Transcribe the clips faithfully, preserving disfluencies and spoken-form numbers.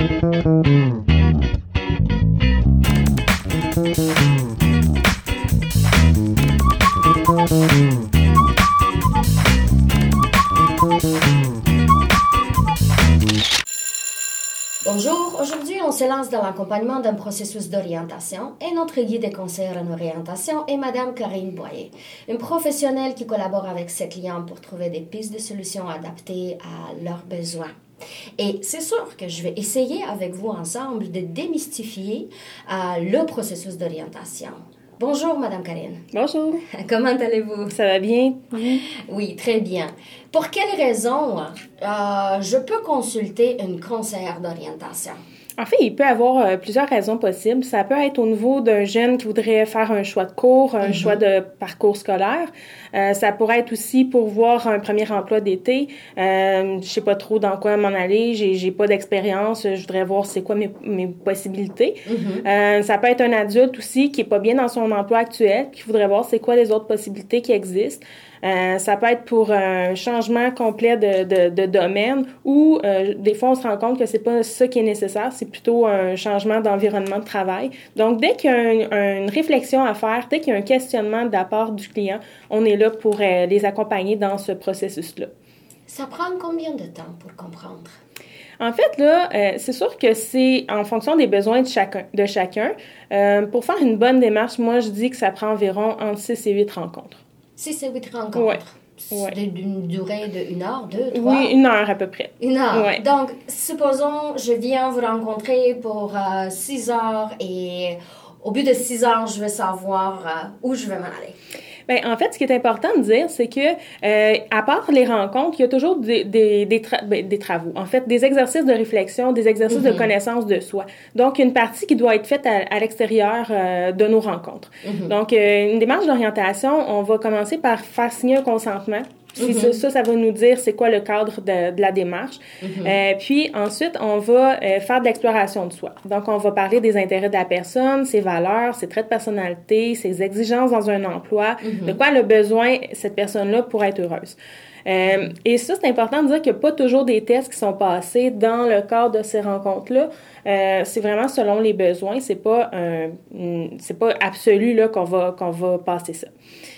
Bonjour, aujourd'hui on se lance dans l'accompagnement d'un processus d'orientation et notre guide et conseillère en orientation est Madame Karine Boyer, une professionnelle qui collabore avec ses clients pour trouver des pistes de solutions adaptées à leurs besoins. Et c'est sûr que je vais essayer avec vous ensemble de démystifier euh, le processus d'orientation. Bonjour, Madame Karine. Bonjour. Comment allez-vous? Ça va bien? Oui, oui, très bien. Pour quelles raisons euh, je peux consulter une conseillère d'orientation? En fait, il peut y avoir euh, plusieurs raisons possibles. Ça peut être au niveau d'un jeune qui voudrait faire un choix de cours, un mm-hmm. choix de parcours scolaire. Euh, ça pourrait être aussi pour voir un premier emploi d'été. Euh, je sais pas trop dans quoi m'en aller. J'ai, j'ai pas d'expérience. Je voudrais voir c'est quoi mes, mes possibilités. Mm-hmm. Euh, ça peut être un adulte aussi qui est pas bien dans son emploi actuel, qui voudrait voir c'est quoi les autres possibilités qui existent. Euh, ça peut être pour un changement complet de, de, de domaine ou euh, des fois on se rend compte que c'est pas ça qui est nécessaire, c'est plutôt un changement d'environnement de travail. Donc dès qu'il y a un, une réflexion à faire, dès qu'il y a un questionnement de la part du client, on est là pour euh, les accompagner dans ce processus-là. Ça prend combien de temps pour comprendre? En fait, là, euh, c'est sûr que c'est en fonction des besoins de chacun. De chacun. Euh, pour faire une bonne démarche, moi, je dis que ça prend environ entre six et huit rencontres. six à huit rencontres. Ouais. Ouais. D'une durée de une heure, deux, trois? Oui, une heure à peu près. Une heure. Ouais. Donc, supposons, je viens vous rencontrer pour euh, six heures et au bout de six heures, je veux savoir euh, où je vais m'en aller. Bien, en fait, ce qui est important de dire, c'est que, euh, à part les rencontres, il y a toujours des, des, des, tra- ben, des travaux. En fait, des exercices de réflexion, des exercices mm-hmm. de connaissance de soi. Donc, une partie qui doit être faite à, à l'extérieur euh, de nos rencontres. Mm-hmm. Donc, euh, une démarche d'orientation, on va commencer par faire signer un consentement. Puis mm-hmm. ça, ça, ça va nous dire c'est quoi le cadre de, de la démarche. Mm-hmm. Euh, puis ensuite, on va euh, faire de l'exploration de soi. Donc, on va parler des intérêts de la personne, ses valeurs, ses traits de personnalité, ses exigences dans un emploi, mm-hmm. de quoi elle a besoin, cette personne-là, pour être heureuse. Euh, et ça, c'est important de dire qu'il n'y a pas toujours des tests qui sont passés dans le cadre de ces rencontres-là. Euh, c'est vraiment selon les besoins. C'est pas un, c'est pas absolu là qu'on va qu'on va passer ça.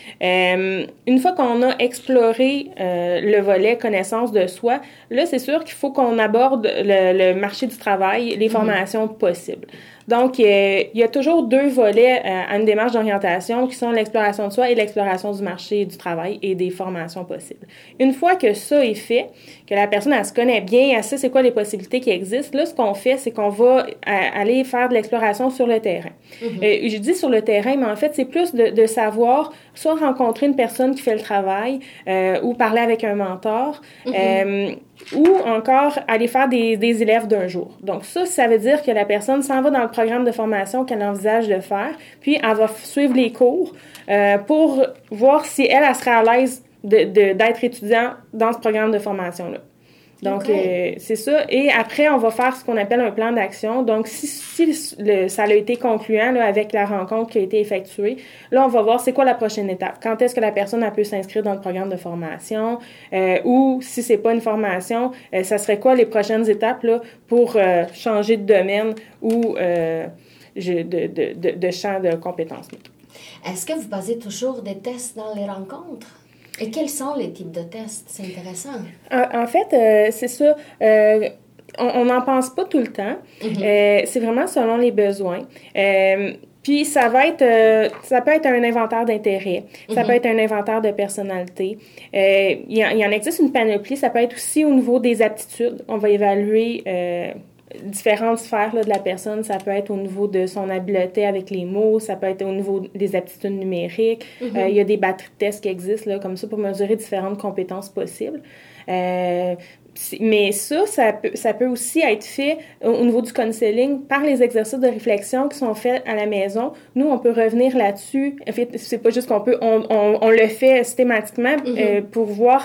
Euh, une fois qu'on a exploré euh, le volet connaissance de soi, là, c'est sûr qu'il faut qu'on aborde le, le marché du travail, les formations mmh. possibles. Donc, euh, il y a toujours deux volets euh, à une démarche d'orientation qui sont l'exploration de soi et l'exploration du marché du travail et des formations possibles. Une fois que ça est fait, que la personne, elle se connaît bien, elle sait c'est quoi les possibilités qui existent, là, ce qu'on fait, c'est qu'on va à, aller faire de l'exploration sur le terrain. Mm-hmm. Euh, je dis sur le terrain, mais en fait, c'est plus de, de savoir soit rencontrer une personne qui fait le travail euh, ou parler avec un mentor, mm-hmm. euh, ou encore aller faire des, des élèves d'un jour. Donc ça, ça veut dire que la personne s'en va dans le programme de formation qu'elle envisage de faire, puis elle va suivre les cours euh, pour voir si elle, elle serait à l'aise de, de, d'être étudiant dans ce programme de formation-là. Donc, okay. euh, c'est ça. Et après, on va faire ce qu'on appelle un plan d'action. Donc, si, si le, ça a été concluant là, avec la rencontre qui a été effectuée, là, on va voir c'est quoi la prochaine étape. Quand est-ce que la personne elle peut s'inscrire dans le programme de formation euh, ou si c'est pas une formation, euh, ça serait quoi les prochaines étapes là, pour euh, changer de domaine ou euh, de, de, de, de champ de compétences. Est-ce que vous basez toujours des tests dans les rencontres? Et quels sont les types de tests? C'est intéressant. En, en fait, euh, c'est ça. Euh, on n'en pense pas tout le temps. Mm-hmm. Euh, c'est vraiment selon les besoins. Euh, Puis ça va être, euh, ça peut être un inventaire d'intérêt, mm-hmm. ça peut être un inventaire de personnalité. Euh, il, y en, il y en existe une panoplie. Ça peut être aussi au niveau des aptitudes. On va évaluer euh, différentes sphères là, de la personne. Ça peut être au niveau de son habileté avec les mots, ça peut être au niveau des aptitudes numériques. Mm-hmm. Euh, il y a des batteries de tests qui existent là, comme ça pour mesurer différentes compétences possibles. Euh, mais ça, ça peut, ça peut aussi être fait au, au niveau du counseling par les exercices de réflexion qui sont faits à la maison. Nous, on peut revenir là-dessus. En fait, c'est pas juste qu'on peut, on, on, on le fait systématiquement mm-hmm. euh, pour voir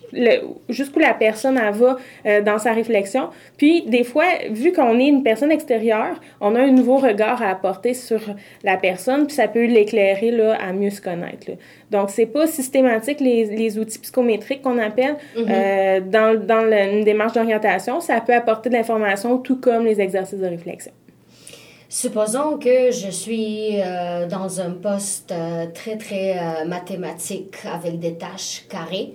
le, jusqu'où la personne elle va euh, dans sa réflexion. Puis, des fois, vu qu'on est une personne extérieure, on a un nouveau regard à apporter sur la personne, puis ça peut l'éclairer là, à mieux se connaître. Là. Donc, c'est pas systématique, les, les outils psychométriques qu'on appelle mm-hmm. euh, dans, dans le, une démarche d'orientation. Ça peut apporter de l'information, tout comme les exercices de réflexion. Supposons que je suis euh, dans un poste euh, très, très euh, mathématique avec des tâches carrées.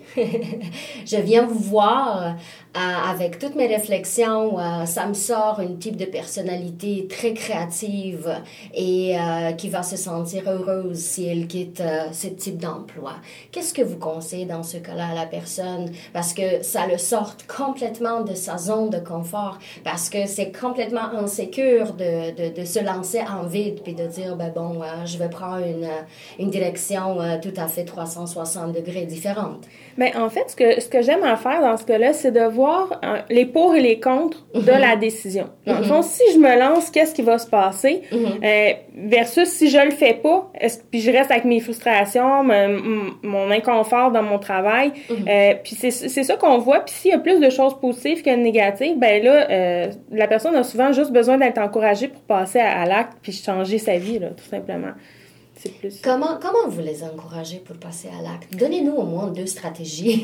Je viens vous voir euh, avec toutes mes réflexions. Euh, ça me sort un type de personnalité très créative et euh, qui va se sentir heureuse si elle quitte euh, ce type d'emploi. Qu'est-ce que vous conseillez dans ce cas-là à la personne? Parce que ça le sort complètement de sa zone de confort, parce que c'est complètement insécure de, de, de se lancer en vide puis de dire, ben bon, euh, je vais prendre une, une direction euh, tout à fait trois cent soixante degrés différente. Bien, en fait, ce que, ce que j'aime en faire dans ce cas-là, c'est de voir euh, les pour et les contre de mm-hmm. la décision. Dans mm-hmm. le fond, si je me lance, qu'est-ce qui va se passer? Mm-hmm. Euh, versus si je le fais pas, est-ce, puis je reste avec mes frustrations, mon, mon inconfort dans mon travail. Mm-hmm. Euh, puis c'est, c'est ça qu'on voit. Puis s'il y a plus de choses positives que négatives, ben là, euh, la personne a souvent juste besoin d'être encouragée pour passer à, à l'acte puis changer sa vie, là, tout simplement. C'est plus... Comment, comment vous les encouragez pour passer à l'acte? Donnez-nous au moins deux stratégies.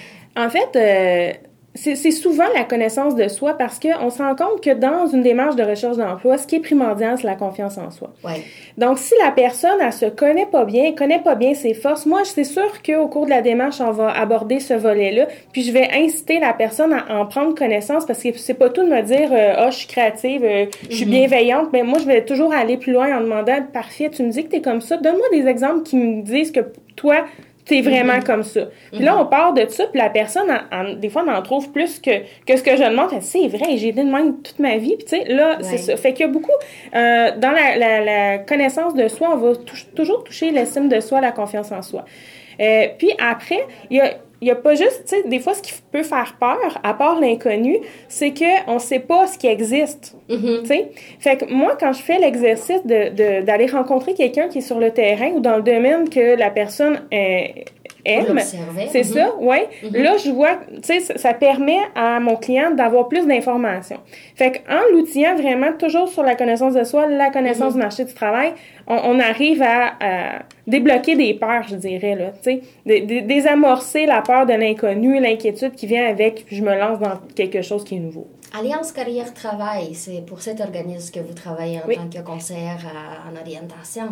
En fait, euh, c'est, c'est souvent la connaissance de soi parce qu'on se rend compte que dans une démarche de recherche d'emploi, ce qui est primordial, c'est la confiance en soi. Ouais. Donc, si la personne, elle se connaît pas bien, connaît pas bien ses forces, moi, c'est sûr qu'au cours de la démarche, on va aborder ce volet-là, puis je vais inciter la personne à en prendre connaissance parce que c'est pas tout de me dire euh, « Ah, oh, je suis créative, euh, je suis mm-hmm. bienveillante », mais moi, je vais toujours aller plus loin en demandant « Parfait, tu me dis que t'es comme ça, donne-moi des exemples qui me disent que toi, t'es vraiment mm-hmm. comme ça. » Puis là, on part de ça, puis la personne, en, en, des fois, on en trouve plus que, que ce que je demande. Elle dit, c'est vrai, j'ai été de même toute ma vie. Puis tu sais, là, ouais. c'est ça. Fait qu'il y a beaucoup... Euh, dans la, la, la connaissance de soi, on va tou- toujours toucher l'estime de soi, la confiance en soi. Euh, puis après, il y a... Il n'y a pas juste, tu sais, des fois, ce qui peut faire peur, à part l'inconnu, c'est qu'on ne sait pas ce qui existe, mm-hmm. tu sais. Fait que moi, quand je fais l'exercice de, de, d'aller rencontrer quelqu'un qui est sur le terrain ou dans le domaine que la personne euh, aime, c'est mm-hmm. ça, ouais. Mm-hmm. Là, je vois, tu sais, ça, ça permet à mon client d'avoir plus d'informations. Fait qu'en l'outillant vraiment toujours sur la connaissance de soi, la connaissance mm-hmm. du marché du travail, on, on arrive à, à débloquer des peurs, je dirais, là, tu sais, dé, dé, désamorcer la peur de l'inconnu, l'inquiétude qui vient avec « je me lance dans quelque chose qui est nouveau ». Alliance Carrière Travail, c'est pour cet organisme que vous travaillez en oui. tant que conseillère à, en orientation.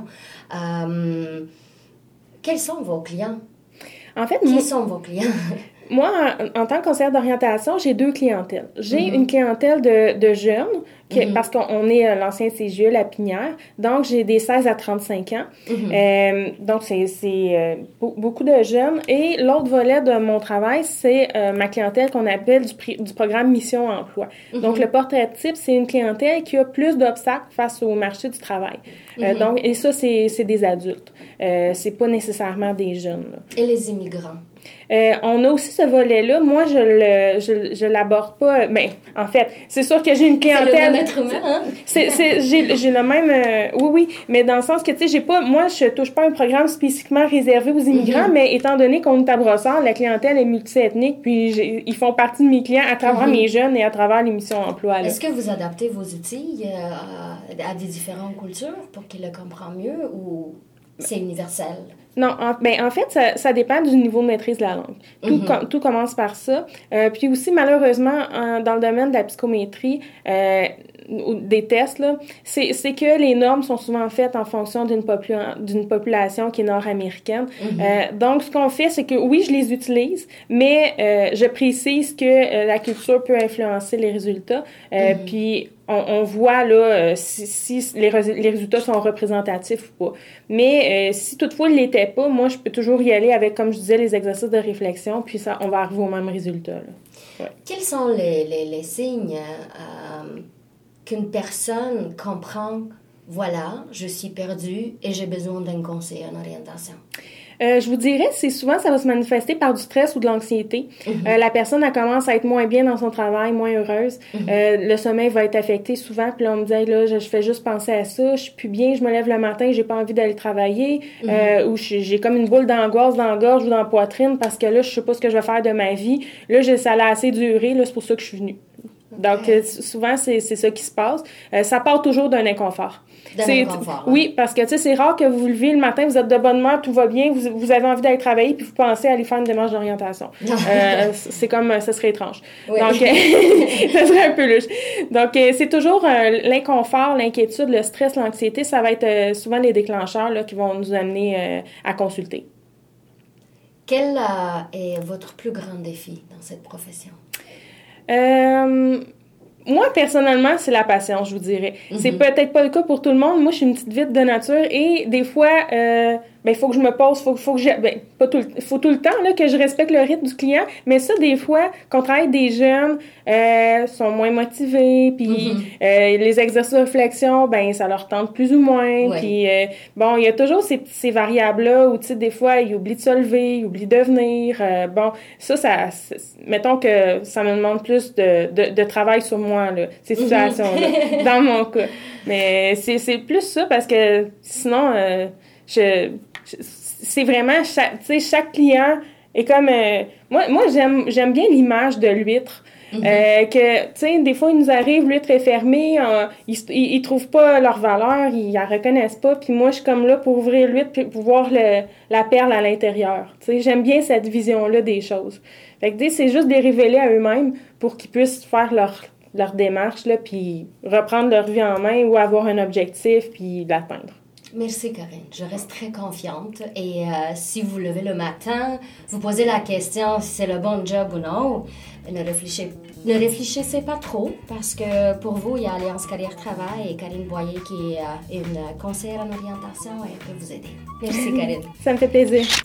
Euh, quels sont vos clients? En fait, Qui moi, sont vos clients? Moi, en, en tant que conseillère d'orientation, j'ai deux clientèles. J'ai mm-hmm. une clientèle de, de jeunes, qui, mm-hmm. parce qu'on est euh, l'ancien C G E, la Pinière. Donc, j'ai des seize à trente-cinq ans. Mm-hmm. Euh, donc, c'est, c'est euh, beaucoup de jeunes. Et l'autre volet de mon travail, c'est euh, ma clientèle qu'on appelle du, pri- du programme Mission Emploi. Mm-hmm. Donc, le portrait type, c'est une clientèle qui a plus d'obstacles face au marché du travail. Mm-hmm. Euh, donc, et ça, c'est, c'est des adultes. Euh, c'est pas nécessairement des jeunes. Là. Et les immigrants? Euh, on a aussi ce volet-là. Moi, je le, je, je l'aborde pas. Mais en fait, c'est sûr que j'ai une clientèle. C'est le même être humain, hein? c'est, c'est, j'ai, j'ai le même. Euh, oui, oui. Mais dans le sens que, tu sais, j'ai pas. Moi, je touche pas un programme spécifiquement réservé aux immigrants, mm-hmm. mais étant donné qu'on est à Brossard, la clientèle est multiethnique, puis j'ai, ils font partie de mes clients à travers mm-hmm. mes jeunes et à travers les missions emploi. Là. Est-ce que vous adaptez vos outils euh, à, à des différentes cultures pour qu'ils le comprennent mieux ou c'est universel? Non, en, ben, en fait, ça, ça dépend du niveau de maîtrise de la langue. Tout, mm-hmm. com, tout commence par ça. Euh, puis aussi, malheureusement, en, dans le domaine de la psychométrie, euh, ou des tests, là, c'est, c'est que les normes sont souvent faites en fonction d'une, popula- d'une population qui est nord-américaine. Mm-hmm. Euh, donc, ce qu'on fait, c'est que oui, je les utilise, mais euh, je précise que euh, la culture peut influencer les résultats. Euh, mm-hmm. Puis, On, on voit là euh, si, si les, res- les résultats sont représentatifs ou pas. Mais euh, si toutefois ils l'étaient pas, moi je peux toujours y aller avec, comme je disais, les exercices de réflexion, puis ça, on va arriver au même résultat. Là. Ouais. Quels sont les, les, les signes euh, qu'une personne comprend, voilà, je suis perdue et j'ai besoin d'un conseil en orientation? Euh, je vous dirais, c'est souvent, ça va se manifester par du stress ou de l'anxiété. Mm-hmm. Euh, la personne, elle commence à être moins bien dans son travail, moins heureuse. Mm-hmm. Euh, le sommeil va être affecté souvent. Puis là, on me dit, hey, là, je, je fais juste penser à ça, je suis plus bien, je me lève le matin, j'ai pas envie d'aller travailler. Mm-hmm. Euh, ou je, j'ai comme une boule d'angoisse dans la gorge ou dans la poitrine parce que là, je sais pas ce que je vais faire de ma vie. Là, j'ai, ça a assez duré, là, c'est pour ça que je suis venue. Donc, okay. euh, souvent, c'est, c'est ça qui se passe. Euh, ça part toujours d'un inconfort. D'un c'est, inconfort. Hein? Oui, parce que, tu sais, c'est rare que vous vous levez le matin, vous êtes de bonne humeur, tout va bien, vous, vous avez envie d'aller travailler, puis vous pensez à aller faire une démarche d'orientation. euh, c'est comme, ça serait étrange. Oui. Donc, euh, ça serait un peu louche. Donc, euh, c'est toujours euh, l'inconfort, l'inquiétude, le stress, l'anxiété, ça va être euh, souvent les déclencheurs là, qui vont nous amener euh, à consulter. Quel euh, est votre plus grand défi dans cette profession? Euh, moi, personnellement, c'est la patience, je vous dirais. Mm-hmm. C'est peut-être pas le cas pour tout le monde. Moi, je suis une petite vite de nature et des fois, euh, ben, il faut que je me pose, faut, faut que je, ben, pas tout le, faut tout le temps, là, que je respecte le rythme du client. Mais ça, des fois, quand on travaille des jeunes, euh, sont moins motivés, puis mm-hmm. euh, les exercices de réflexion, ben, ça leur tente plus ou moins. Oui. Puis, euh, bon, il y a toujours ces, ces variables-là où, tu sais, des fois, ils oublient de se lever, ils oublient de venir. Euh, bon, ça, ça, mettons que ça me demande plus de, de, de travail sur moi, là, ces situations-là, mm-hmm. dans mon cas. Mais c'est, c'est plus ça parce que sinon, euh, je, je, c'est vraiment, chaque, tu sais, chaque client est comme... Euh, moi, moi j'aime, j'aime bien l'image de l'huître. Mm-hmm. Euh, que, tu sais, des fois, ils nous arrivent, l'huître est fermée, euh, ils, ils, ils trouvent pas leur valeur, ils la reconnaissent pas, puis moi, je suis comme là pour ouvrir l'huître puis pour voir le, la perle à l'intérieur. Tu sais, j'aime bien cette vision-là des choses. Fait que, tu sais, c'est juste de les révéler à eux-mêmes pour qu'ils puissent faire leur, leur démarche, là, puis reprendre leur vie en main ou avoir un objectif, puis l'atteindre. Merci, Karine. Je reste très confiante. Et euh, si vous levez le matin, vous posez la question si c'est le bon job ou non, ne réfléchissez, ne réfléchissez pas trop parce que pour vous, il y a Alliance Carrière Travail et Karine Boyer qui est euh, une conseillère en orientation et peut vous aider. Merci, Karine. Ça me fait plaisir.